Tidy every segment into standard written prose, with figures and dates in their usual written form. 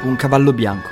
Un cavallo bianco.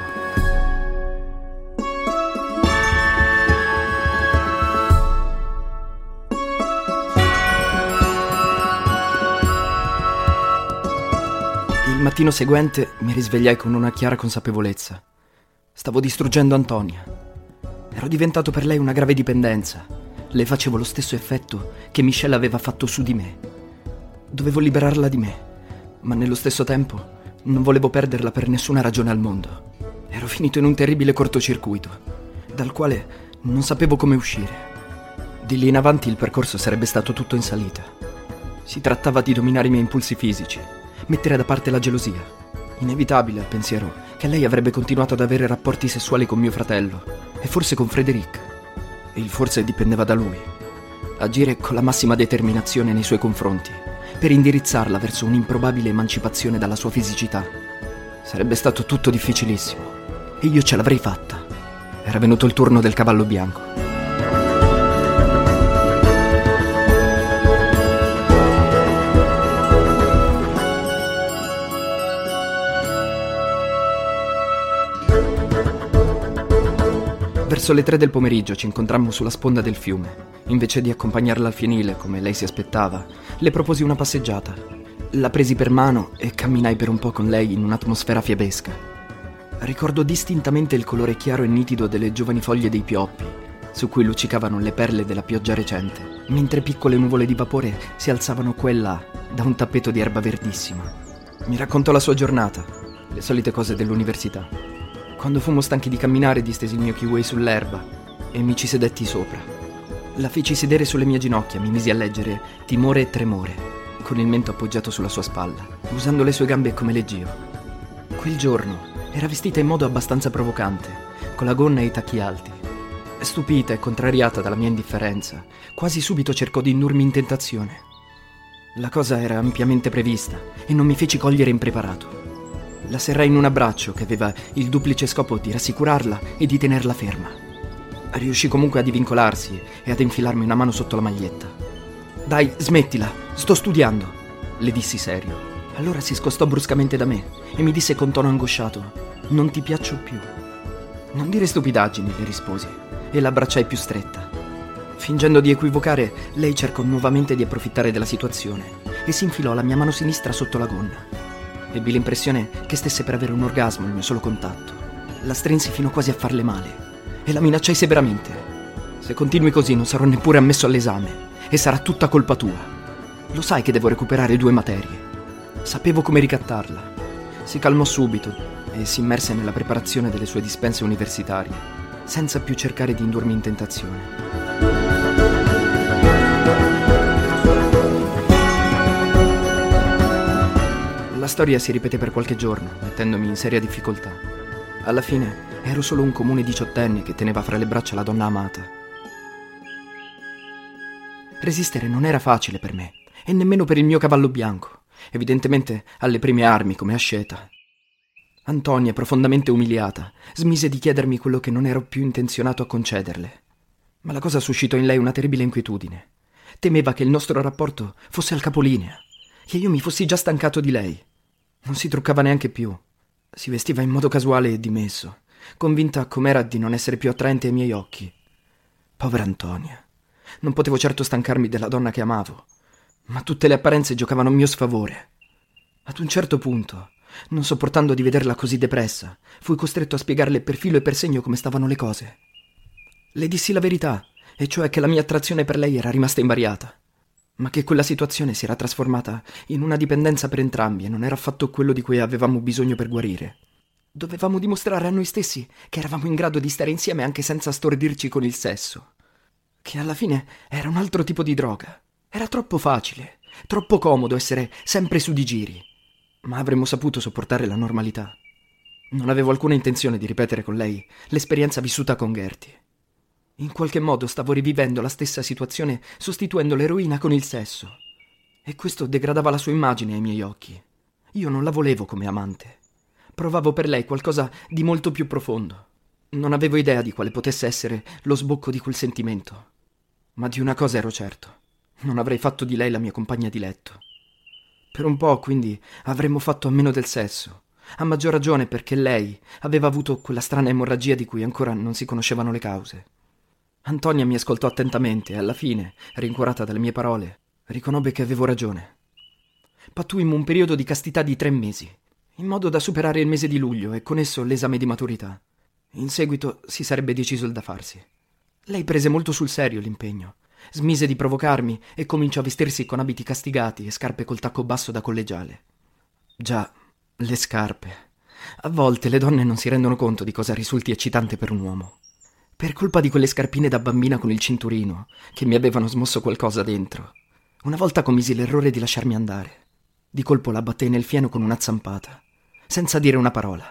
Il mattino seguente mi risvegliai con una chiara consapevolezza. Stavo distruggendo Antonia. Ero diventato per lei una grave dipendenza. Le facevo lo stesso effetto che Michelle aveva fatto su di me. Dovevo liberarla di me, ma nello stesso tempo non volevo perderla per nessuna ragione al mondo. Ero finito in un terribile cortocircuito, dal quale non sapevo come uscire. Di lì in avanti il percorso sarebbe stato tutto in salita. Si trattava di dominare i miei impulsi fisici, mettere da parte la gelosia. Inevitabile al pensiero che lei avrebbe continuato ad avere rapporti sessuali con mio fratello e forse con Frédéric. E il forse dipendeva da lui. Agire con la massima determinazione nei suoi confronti per indirizzarla verso un'improbabile emancipazione dalla sua fisicità. Sarebbe stato tutto difficilissimo e io ce l'avrei fatta. Era venuto il turno del cavallo bianco. Verso le 3 del pomeriggio ci incontrammo sulla sponda del fiume. Invece di accompagnarla al fienile, come lei si aspettava, le proposi una passeggiata. La presi per mano e camminai per un po' con lei in un'atmosfera fiabesca. Ricordo distintamente il colore chiaro e nitido delle giovani foglie dei pioppi, su cui luccicavano le perle della pioggia recente, mentre piccole nuvole di vapore si alzavano qua e là da un tappeto di erba verdissima. Mi raccontò la sua giornata, le solite cose dell'università. Quando fummo stanchi di camminare, distesi il mio kiwi sull'erba e mi ci sedetti sopra. La feci sedere sulle mie ginocchia, mi misi a leggere Timore e Tremore, con il mento appoggiato sulla sua spalla, usando le sue gambe come leggio. Quel giorno era vestita in modo abbastanza provocante, con la gonna e i tacchi alti. Stupita e contrariata dalla mia indifferenza, quasi subito cercò di indurmi in tentazione. La cosa era ampiamente prevista e non mi feci cogliere impreparato. La serrai in un abbraccio che aveva il duplice scopo di rassicurarla e di tenerla ferma. Riuscì comunque a divincolarsi e ad infilarmi una mano sotto la maglietta. «Dai, smettila, sto studiando», le dissi serio. Allora si scostò bruscamente da me e mi disse con tono angosciato: «Non ti piaccio più». «Non dire stupidaggini», le risposi, e l'abbracciai più stretta. Fingendo di equivocare, lei cercò nuovamente di approfittare della situazione e si infilò la mia mano sinistra sotto la gonna. Ebbi l'impressione che stesse per avere un orgasmo il mio solo contatto. La strinsi fino quasi a farle male e la minacciai severamente. «Se continui così non sarò neppure ammesso all'esame e sarà tutta colpa tua. Lo sai che devo recuperare 2 materie». Sapevo come ricattarla. Si calmò subito e si immerse nella preparazione delle sue dispense universitarie, senza più cercare di indurmi in tentazione. La storia si ripeté per qualche giorno, mettendomi in seria difficoltà. Alla fine ero solo un comune 18enne che teneva fra le braccia la donna amata. Resistere non era facile per me, e nemmeno per il mio cavallo bianco, evidentemente alle prime armi come asceta. Antonia, profondamente umiliata, smise di chiedermi quello che non ero più intenzionato a concederle. Ma la cosa suscitò in lei una terribile inquietudine. Temeva che il nostro rapporto fosse al capolinea, che io mi fossi già stancato di lei. Non si truccava neanche più. Si vestiva in modo casuale e dimesso, convinta com'era di non essere più attraente ai miei occhi. Povera Antonia. Non potevo certo stancarmi della donna che amavo, ma tutte le apparenze giocavano a mio sfavore. Ad un certo punto, non sopportando di vederla così depressa, fui costretto a spiegarle per filo e per segno come stavano le cose. Le dissi la verità, e cioè che la mia attrazione per lei era rimasta invariata, ma che quella situazione si era trasformata in una dipendenza per entrambi e non era affatto quello di cui avevamo bisogno per guarire. Dovevamo dimostrare a noi stessi che eravamo in grado di stare insieme anche senza stordirci con il sesso, che alla fine era un altro tipo di droga. Era troppo facile, troppo comodo essere sempre su di giri, ma avremmo saputo sopportare la normalità. Non avevo alcuna intenzione di ripetere con lei l'esperienza vissuta con Gertie. In qualche modo stavo rivivendo la stessa situazione sostituendo l'eroina con il sesso. E questo degradava la sua immagine ai miei occhi. Io non la volevo come amante. Provavo per lei qualcosa di molto più profondo. Non avevo idea di quale potesse essere lo sbocco di quel sentimento. Ma di una cosa ero certo. Non avrei fatto di lei la mia compagna di letto. Per un po', quindi, avremmo fatto a meno del sesso, A maggior ragione perché lei aveva avuto quella strana emorragia di cui ancora non si conoscevano le cause. Antonia mi ascoltò attentamente e alla fine, rincuorata dalle mie parole, riconobbe che avevo ragione. Pattuimmo un periodo di castità di 3 mesi, in modo da superare il mese di luglio e con esso l'esame di maturità. In seguito si sarebbe deciso il da farsi. Lei prese molto sul serio l'impegno, smise di provocarmi e cominciò a vestirsi con abiti castigati e scarpe col tacco basso da collegiale. Già, le scarpe. A volte le donne non si rendono conto di cosa risulti eccitante per un uomo. Per colpa di quelle scarpine da bambina con il cinturino, che mi avevano smosso qualcosa dentro, una volta commisi l'errore di lasciarmi andare. Di colpo la battei nel fieno con una zampata, senza dire una parola.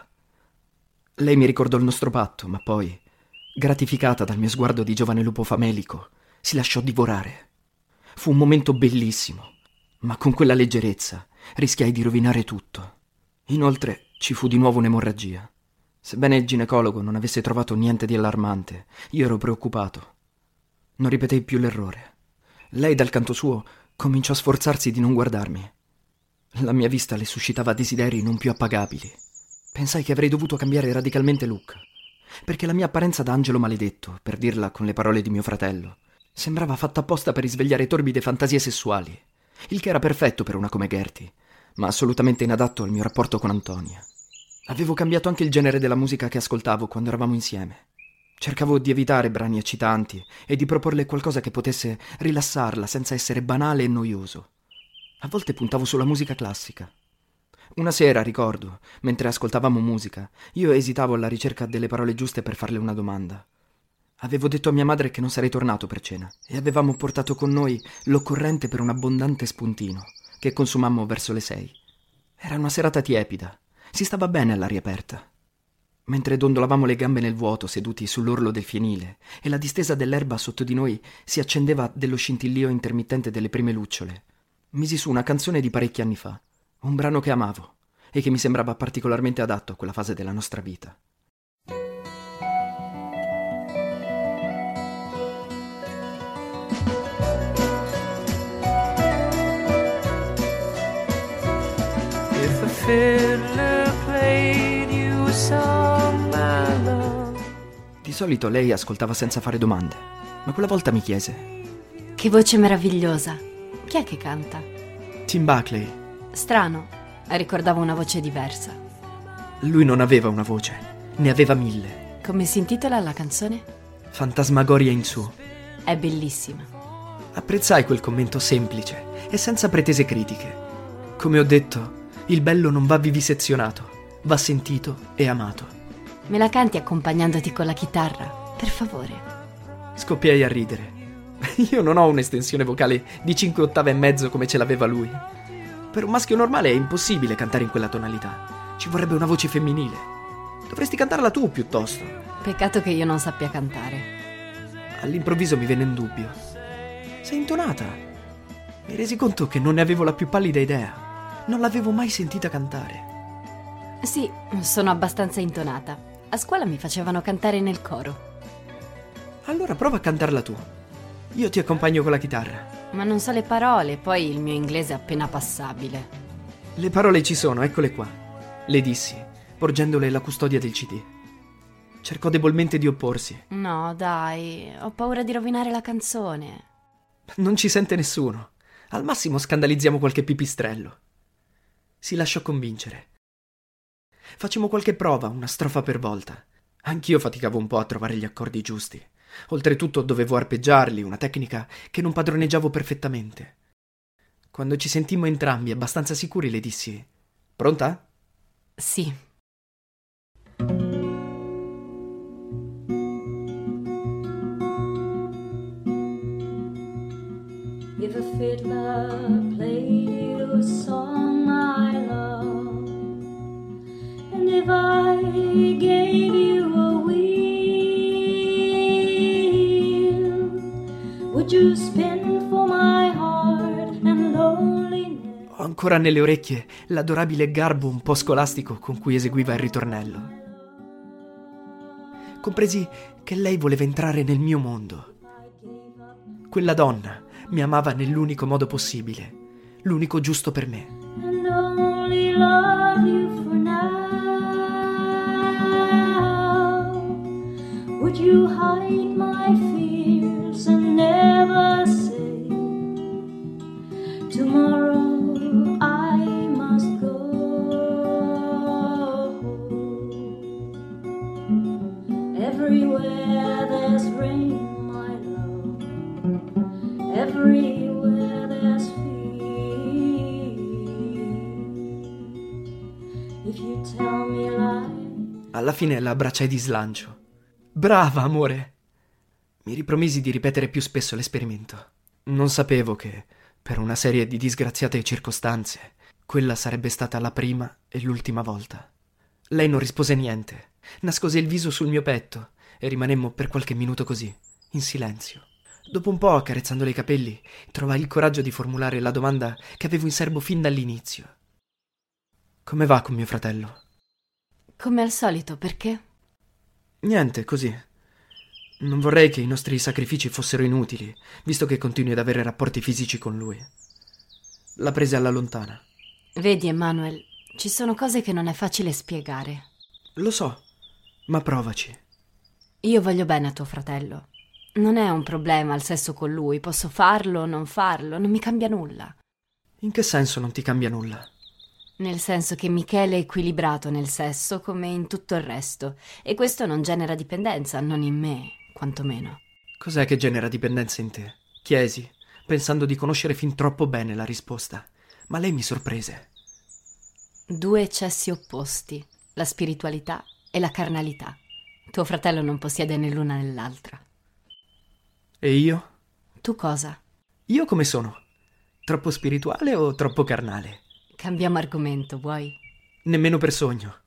Lei mi ricordò il nostro patto, ma poi, gratificata dal mio sguardo di giovane lupo famelico, si lasciò divorare. Fu un momento bellissimo, ma con quella leggerezza rischiai di rovinare tutto. Inoltre ci fu di nuovo un'emorragia. Sebbene il ginecologo non avesse trovato niente di allarmante, io ero preoccupato. Non ripetei più l'errore. Lei, dal canto suo, cominciò a sforzarsi di non guardarmi. La mia vista le suscitava desideri non più appagabili. Pensai che avrei dovuto cambiare radicalmente look, perché la mia apparenza da angelo maledetto, per dirla con le parole di mio fratello, sembrava fatta apposta per risvegliare torbide fantasie sessuali, il che era perfetto per una come Gertie, ma assolutamente inadatto al mio rapporto con Antonia. Avevo cambiato anche il genere della musica che ascoltavo quando eravamo insieme. Cercavo di evitare brani eccitanti e di proporle qualcosa che potesse rilassarla senza essere banale e noioso. A volte puntavo sulla musica classica. Una sera, ricordo, mentre ascoltavamo musica, io esitavo alla ricerca delle parole giuste per farle una domanda. Avevo detto a mia madre che non sarei tornato per cena e avevamo portato con noi l'occorrente per un abbondante spuntino che consumammo verso le 6. Era una serata tiepida. Si stava bene all'aria aperta. Mentre dondolavamo le gambe nel vuoto seduti sull'orlo del fienile e la distesa dell'erba sotto di noi si accendeva dello scintillio intermittente delle prime lucciole, misi su una canzone di parecchi anni fa, un brano che amavo e che mi sembrava particolarmente adatto a quella fase della nostra vita. If a fiddler played you a song, my love. Di solito lei ascoltava senza fare domande, ma quella volta mi chiese: Che voce meravigliosa! Chi è che canta? Tim Buckley. Strano, ricordavo una voce diversa. Lui non aveva una voce, ne aveva 1000. Come si intitola la canzone? Fantasmagoria in su. È bellissima. Apprezzai quel commento semplice e senza pretese critiche. Come ho detto, il bello non va vivisezionato, va sentito e amato. Me la canti accompagnandoti con la chitarra, per favore? Scoppiai a ridere. Io non ho un'estensione vocale di 5 ottave e mezzo come ce l'aveva lui. Per un maschio normale è impossibile cantare in quella tonalità. Ci vorrebbe una voce femminile. Dovresti cantarla tu piuttosto. Peccato che io non sappia cantare. All'improvviso mi venne un dubbio. Sei intonata? Mi resi conto che non ne avevo la più pallida idea. Non l'avevo mai sentita cantare. Sì, sono abbastanza intonata. A scuola mi facevano cantare nel coro. Allora prova a cantarla tu. Io ti accompagno con la chitarra. Ma non so le parole, poi il mio inglese è appena passabile. Le parole ci sono, eccole qua. Le dissi, porgendole la custodia del CD. Cercò debolmente di opporsi. No, dai, ho paura di rovinare la canzone. Non ci sente nessuno. Al massimo scandalizziamo qualche pipistrello. Si lasciò convincere. Facemmo qualche prova, una strofa per volta. Anch'io faticavo un po' a trovare gli accordi giusti. Oltretutto dovevo arpeggiarli, una tecnica che non padroneggiavo perfettamente. Quando ci sentimmo entrambi abbastanza sicuri le dissi: Pronta? Sì. If a fiddler played you a song I love, and if I gave you a wheel, would you spin for my heart and loneliness? Ho ancora nelle orecchie l'adorabile garbo un po' scolastico con cui eseguiva il ritornello. Compresi che lei voleva entrare nel mio mondo. Quella donna mi amava nell'unico modo possibile, l'unico giusto per me. And only love you for now. Did you hide my fears and never say, tomorrow I must go? Everywhere there's rain, my love. Everywhere there's fear. If you tell me lies. Alla fine la abbracciai di slancio. Brava, amore! Mi ripromisi di ripetere più spesso l'esperimento. Non sapevo che, per una serie di disgraziate circostanze, quella sarebbe stata la prima e l'ultima volta. Lei non rispose niente. Nascose il viso sul mio petto e rimanemmo per qualche minuto così, in silenzio. Dopo un po', accarezzandole i capelli, trovai il coraggio di formulare la domanda che avevo in serbo fin dall'inizio. Come va con mio fratello? Come al solito, perché? Niente, così. Non vorrei che i nostri sacrifici fossero inutili, visto che continui ad avere rapporti fisici con lui. La prese alla lontana. Vedi, Emanuel, ci sono cose che non è facile spiegare. Lo so, ma provaci. Io voglio bene a tuo fratello. Non è un problema il sesso con lui, posso farlo o non farlo, non mi cambia nulla. In che senso non ti cambia nulla? Nel senso che Michele è equilibrato nel sesso come in tutto il resto, e questo non genera dipendenza, non in me, quantomeno. Cos'è che genera dipendenza in te? Chiesi, pensando di conoscere fin troppo bene la risposta, ma lei mi sorprese. 2 eccessi opposti, la spiritualità e la carnalità. Tuo fratello non possiede né l'una né l'altra. E io? Tu cosa? Io come sono? Troppo spirituale o troppo carnale? Cambiamo argomento, vuoi? Nemmeno per sogno.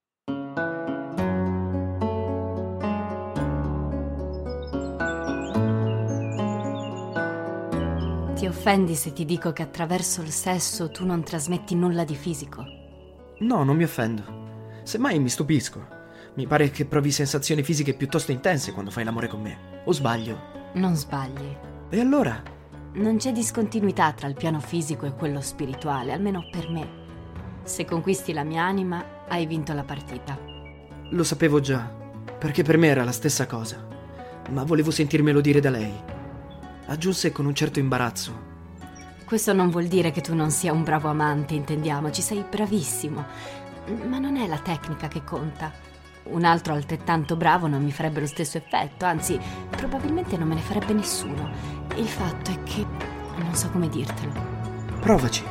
Ti offendi se ti dico che attraverso il sesso tu non trasmetti nulla di fisico? No, non mi offendo. Semmai mi stupisco. Mi pare che provi sensazioni fisiche piuttosto intense quando fai l'amore con me. O sbaglio? Non sbagli. E allora? Non c'è discontinuità tra il piano fisico e quello spirituale, almeno per me. Se conquisti la mia anima, hai vinto la partita. Lo sapevo già, perché per me era la stessa cosa. Ma volevo sentirmelo dire da lei. Aggiunse con un certo imbarazzo. Questo non vuol dire che tu non sia un bravo amante, intendiamoci, sei bravissimo. Ma non è la tecnica che conta. Un altro altrettanto bravo non mi farebbe lo stesso effetto, anzi, probabilmente non me ne farebbe nessuno. Il fatto è che non so come dirtelo. Provaci.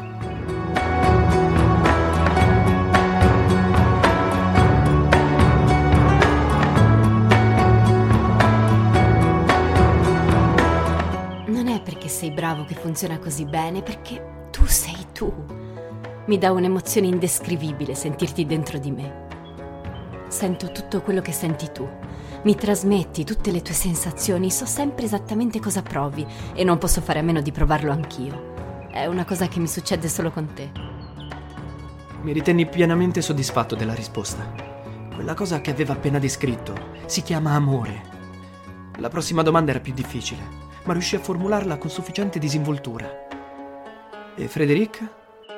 Non è perché sei bravo che funziona così bene, perché tu sei tu. Mi dà un'emozione indescrivibile sentirti dentro di me. Sento tutto quello che senti tu. Mi trasmetti tutte le tue sensazioni, so sempre esattamente cosa provi e non posso fare a meno di provarlo anch'io. È una cosa che mi succede solo con te. Mi ritenni pienamente soddisfatto della risposta. Quella cosa che aveva appena descritto si chiama amore. La prossima domanda era più difficile, ma riuscì a formularla con sufficiente disinvoltura. E Frédéric?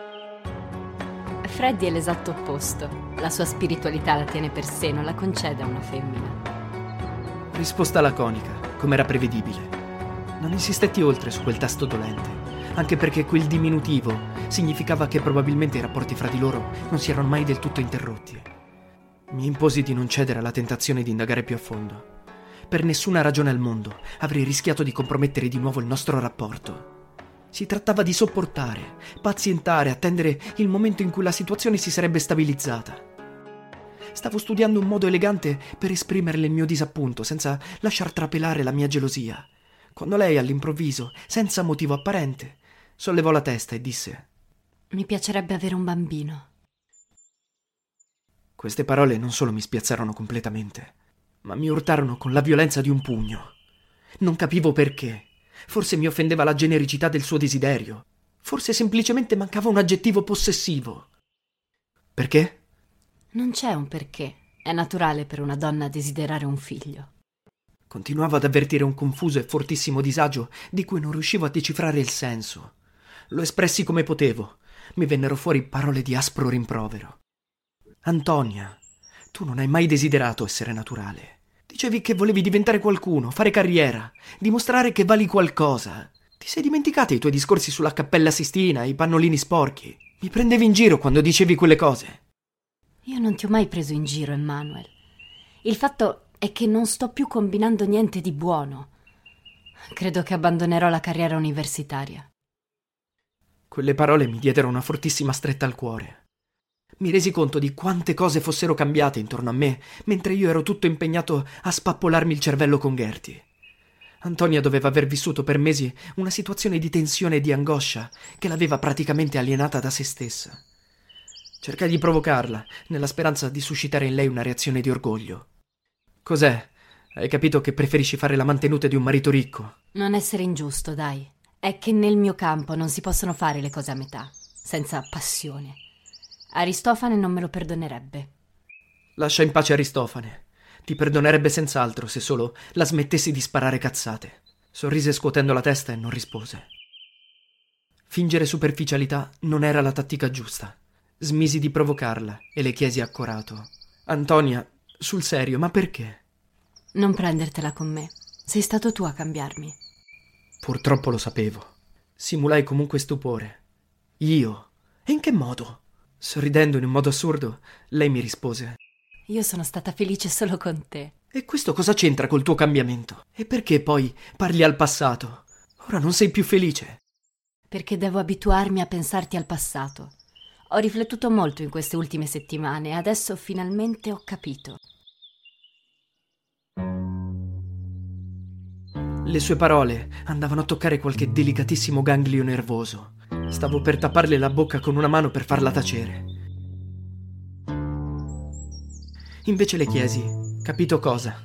Freddy è l'esatto opposto. La sua spiritualità la tiene per sé, non la concede a una femmina. Risposta laconica, come era prevedibile. Non insistetti oltre su quel tasto dolente, anche perché quel diminutivo significava che probabilmente i rapporti fra di loro non si erano mai del tutto interrotti. Mi imposi di non cedere alla tentazione di indagare più a fondo. Per nessuna ragione al mondo avrei rischiato di compromettere di nuovo il nostro rapporto. Si trattava di sopportare, pazientare, attendere il momento in cui la situazione si sarebbe stabilizzata. Stavo studiando un modo elegante per esprimerle il mio disappunto, senza lasciar trapelare la mia gelosia, quando lei, all'improvviso, senza motivo apparente, sollevò la testa e disse: Mi piacerebbe avere un bambino. Queste parole non solo mi spiazzarono completamente, ma mi urtarono con la violenza di un pugno. Non capivo perché. Forse mi offendeva la genericità del suo desiderio. Forse semplicemente mancava un aggettivo possessivo. Perché? Non c'è un perché. È naturale per una donna desiderare un figlio. Continuavo ad avvertire un confuso e fortissimo disagio di cui non riuscivo a decifrare il senso. Lo espressi come potevo. Mi vennero fuori parole di aspro rimprovero. Antonia, tu non hai mai desiderato essere naturale. Dicevi che volevi diventare qualcuno, fare carriera, dimostrare che vali qualcosa. Ti sei dimenticata i tuoi discorsi sulla Cappella Sistina, i pannolini sporchi? Mi prendevi in giro quando dicevi quelle cose. Io non ti ho mai preso in giro, Emmanuel. Il fatto è che non sto più combinando niente di buono. Credo che abbandonerò la carriera universitaria. Quelle parole mi diedero una fortissima stretta al cuore. Mi resi conto di quante cose fossero cambiate intorno a me, mentre io ero tutto impegnato a spappolarmi il cervello con Gertie. Antonia doveva aver vissuto per mesi una situazione di tensione e di angoscia che l'aveva praticamente alienata da se stessa. Cercai di provocarla, nella speranza di suscitare in lei una reazione di orgoglio. Cos'è? Hai capito che preferisci fare la mantenuta di un marito ricco? Non essere ingiusto, dai. È che nel mio campo non si possono fare le cose a metà, senza passione. Aristofane non me lo perdonerebbe. Lascia in pace Aristofane. Ti perdonerebbe senz'altro se solo la smettessi di sparare cazzate. Sorrise scuotendo la testa e non rispose. Fingere superficialità non era la tattica giusta. Smisi di provocarla e le chiesi accorato: Antonia, sul serio, ma perché? Non prendertela con me. Sei stato tu a cambiarmi. Purtroppo lo sapevo. Simulai comunque stupore. Io? E in che modo? Sorridendo in un modo assurdo, lei mi rispose: Io sono stata felice solo con te. E questo cosa c'entra col tuo cambiamento? E perché poi parli al passato? Ora non sei più felice? Perché devo abituarmi a pensarti al passato. Ho riflettuto molto in queste ultime settimane e adesso finalmente ho capito. Le sue parole andavano a toccare qualche delicatissimo ganglio nervoso. Stavo per tapparle la bocca con una mano per farla tacere. Invece le chiesi: capito cosa?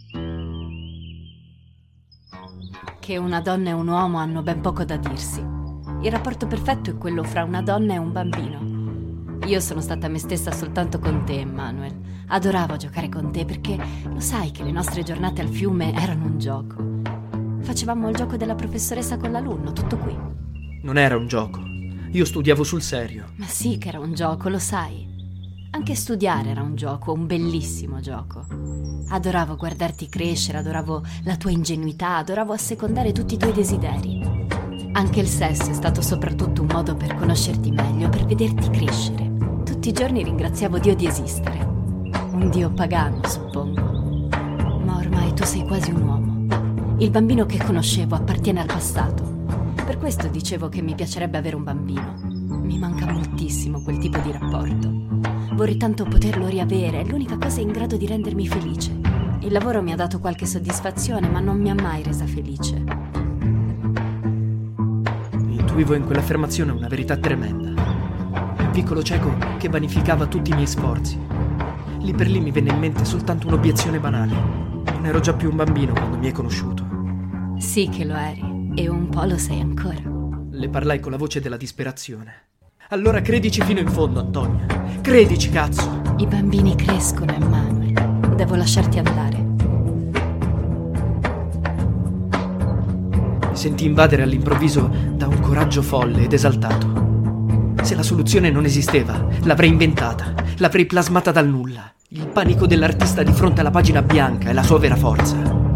Che una donna e un uomo hanno ben poco da dirsi. Il rapporto perfetto è quello fra una donna e un bambino. Io sono stata me stessa soltanto con te, Emmanuel. Adoravo giocare con te perché lo sai che le nostre giornate al fiume erano un gioco. Facevamo il gioco della professoressa con l'alunno, tutto qui. Non era un gioco. Io studiavo sul serio. Ma sì che era un gioco, lo sai. Anche studiare era un gioco, un bellissimo gioco. Adoravo guardarti crescere, adoravo la tua ingenuità, adoravo assecondare tutti i tuoi desideri. Anche il sesso è stato soprattutto un modo per conoscerti meglio, per vederti crescere. Tutti i giorni ringraziavo Dio di esistere. Un Dio pagano, suppongo. Ma ormai tu sei quasi un uomo. Il bambino che conoscevo appartiene al passato. Per questo dicevo che mi piacerebbe avere un bambino. Mi manca moltissimo quel tipo di rapporto. Vorrei tanto poterlo riavere, è l'unica cosa in grado di rendermi felice. Il lavoro mi ha dato qualche soddisfazione, ma non mi ha mai resa felice. Intuivo in quell'affermazione una verità tremenda. Un piccolo cieco che vanificava tutti i miei sforzi. Lì per lì mi venne in mente soltanto un'obiezione banale. Non ero già più un bambino quando mi hai conosciuto. Sì che lo eri, e un po' lo sei ancora. Le parlai con la voce della disperazione. Allora credici fino in fondo, Antonia. Credici, cazzo! I bambini crescono, Emmanuel. Devo lasciarti andare. Mi sentii invadere all'improvviso da un coraggio folle ed esaltato. Se la soluzione non esisteva, l'avrei inventata, l'avrei plasmata dal nulla. Il panico dell'artista di fronte alla pagina bianca è la sua vera forza.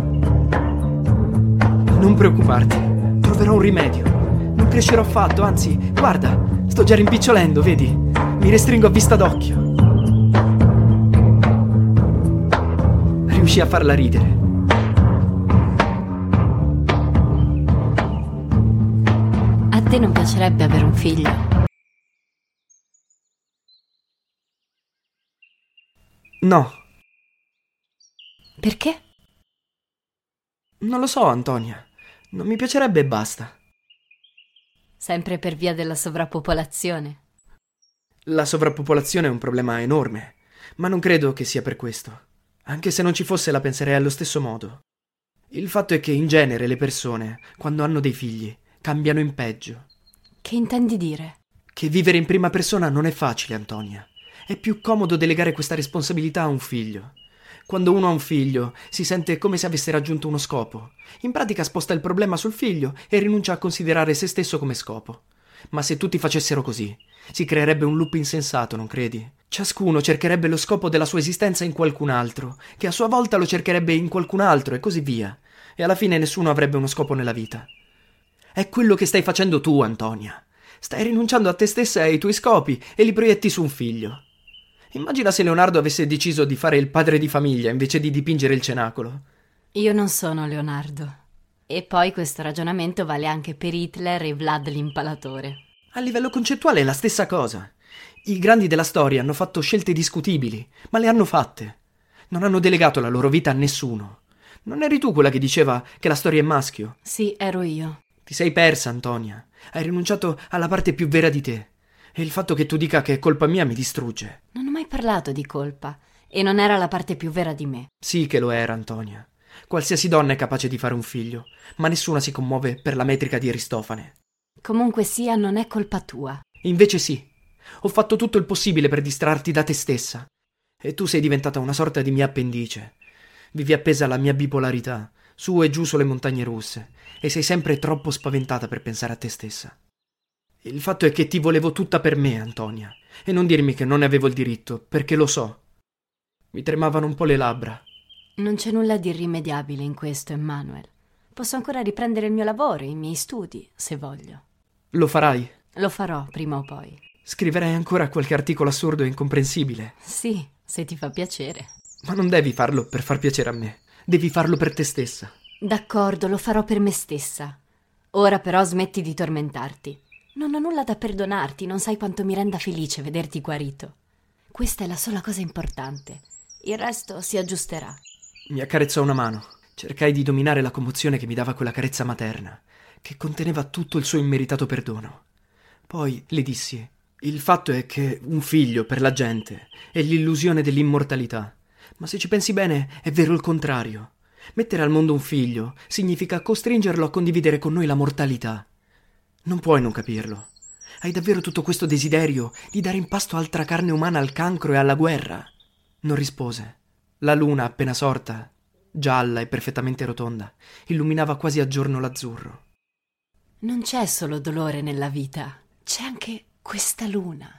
Non preoccuparti, troverò un rimedio. Non crescerò affatto, anzi, guarda, sto già rimpicciolendo, vedi? Mi restringo a vista d'occhio. Riuscii a farla ridere. A te non piacerebbe avere un figlio? No. Perché? Non lo so, Antonia. Non mi piacerebbe e basta. Sempre per via della sovrappopolazione? La sovrappopolazione è un problema enorme, ma non credo che sia per questo. Anche se non ci fosse la penserei allo stesso modo. Il fatto è che in genere le persone, quando hanno dei figli, cambiano in peggio. Che intendi dire? Che vivere in prima persona non è facile, Antonia. È più comodo delegare questa responsabilità a un figlio. Quando uno ha un figlio, si sente come se avesse raggiunto uno scopo. In pratica sposta il problema sul figlio e rinuncia a considerare se stesso come scopo. Ma se tutti facessero così, Si creerebbe un loop insensato, non credi? Ciascuno cercherebbe lo scopo della sua esistenza in qualcun altro, che a sua volta lo cercherebbe in qualcun altro, e così via. E alla fine nessuno avrebbe uno scopo nella vita. È quello che stai facendo tu, Antonia. Stai rinunciando a te stessa e ai tuoi scopi e li proietti su un figlio. Immagina se Leonardo avesse deciso di fare il padre di famiglia invece di dipingere il cenacolo. Io non sono Leonardo. E poi questo ragionamento vale anche per Hitler e Vlad l'Impalatore. A livello concettuale è la stessa cosa. I grandi della storia hanno fatto scelte discutibili, ma le hanno fatte. Non hanno delegato la loro vita a nessuno. Non eri tu quella che diceva che la storia è maschio? Sì, ero io. Ti sei persa, Antonia. Hai rinunciato alla parte più vera di te. E il fatto che tu dica che è colpa mia mi distrugge. Non ho mai parlato di colpa. E non era la parte più vera di me. Sì che lo era, Antonia. Qualsiasi donna è capace di fare un figlio, ma nessuna si commuove per la metrica di Aristofane. Comunque sia, non è colpa tua. Invece sì. Ho fatto tutto il possibile per distrarti da te stessa. E tu sei diventata una sorta di mia appendice. Vivi appesa alla mia bipolarità, su e giù sulle montagne russe, e sei sempre troppo spaventata per pensare a te stessa. Il fatto è che ti volevo tutta per me, Antonia, e non dirmi che non ne avevo il diritto, perché lo so. Mi tremavano un po' le labbra. Non c'è nulla di irrimediabile in questo, Emmanuel. Posso ancora riprendere il mio lavoro, i miei studi, se voglio. Lo farai? Lo farò, prima o poi. Scriverai ancora qualche articolo assurdo e incomprensibile. Sì, se ti fa piacere. Ma non devi farlo per far piacere a me. Devi farlo per te stessa. D'accordo, lo farò per me stessa. Ora però smetti di tormentarti. Non ho nulla da perdonarti, non sai quanto mi renda felice vederti guarito. Questa è la sola cosa importante. Il resto si aggiusterà. Mi accarezzò una mano. Cercai di dominare la commozione che mi dava quella carezza materna, che conteneva tutto il suo immeritato perdono. Poi le dissi: il fatto è che un figlio per la gente è l'illusione dell'immortalità. Ma se ci pensi bene, è vero il contrario. Mettere al mondo un figlio significa costringerlo a condividere con noi la mortalità. Non puoi non capirlo. Hai davvero tutto questo desiderio di dare in pasto altra carne umana al cancro e alla guerra? Non rispose. La luna, appena sorta, gialla e perfettamente rotonda, illuminava quasi a giorno l'azzurro. Non c'è solo dolore nella vita, c'è anche questa luna.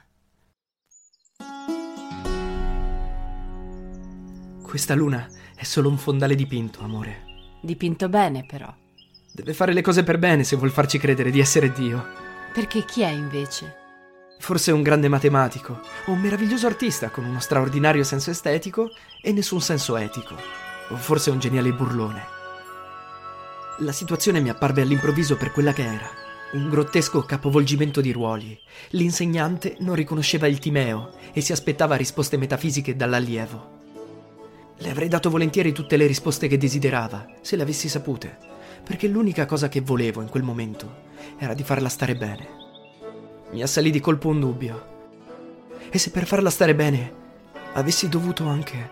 Questa luna è solo un fondale dipinto, amore. Dipinto bene, però. Deve fare le cose per bene se vuol farci credere di essere Dio. Perché chi è invece? Forse un grande matematico o un meraviglioso artista con uno straordinario senso estetico e nessun senso etico. O forse un geniale burlone. La situazione mi apparve all'improvviso per quella che era. Un grottesco capovolgimento di ruoli. L'insegnante non riconosceva il Timeo e si aspettava risposte metafisiche dall'allievo. Le avrei dato volentieri tutte le risposte che desiderava, se le avessi sapute, perché l'unica cosa che volevo in quel momento era di farla stare bene. Mi assalì di colpo un dubbio. E se per farla stare bene avessi dovuto anche...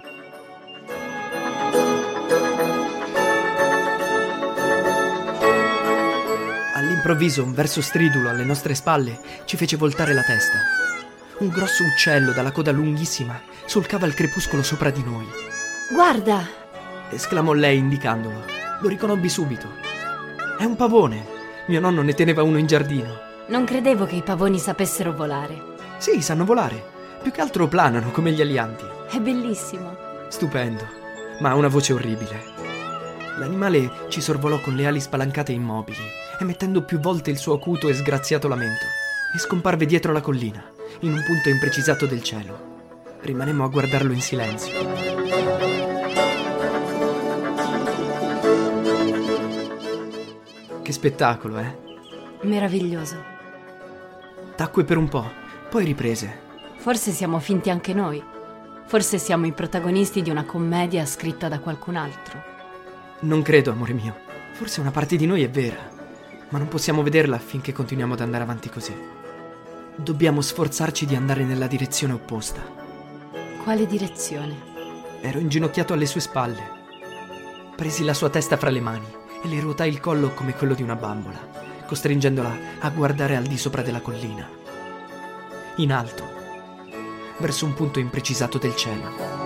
All'improvviso un verso stridulo alle nostre spalle ci fece voltare la testa. Un grosso uccello dalla coda lunghissima solcava il crepuscolo sopra di noi. Guarda! Esclamò lei indicandolo. Lo riconobbi subito. È un pavone. Mio nonno ne teneva uno in giardino. Non credevo che i pavoni sapessero volare. Sì, sanno volare. Più che altro planano come gli alianti. È bellissimo. Stupendo, ma ha una voce orribile. L'animale ci sorvolò con le ali spalancate e immobili, emettendo più volte il suo acuto e sgraziato lamento, e scomparve dietro la collina, in un punto imprecisato del cielo. Rimanemmo a guardarlo in silenzio. Che spettacolo, eh? Meraviglioso. Tacque per un po', poi riprese. Forse siamo finti anche noi. Forse siamo i protagonisti di una commedia scritta da qualcun altro. Non credo, amore mio. Forse una parte di noi è vera, ma non possiamo vederla finché continuiamo ad andare avanti così. Dobbiamo sforzarci di andare nella direzione opposta. Quale direzione? Ero inginocchiato alle sue spalle. Presi la sua testa fra le mani e le ruotai il collo come quello di una bambola, costringendola a guardare al di sopra della collina. In alto, verso un punto imprecisato del cielo.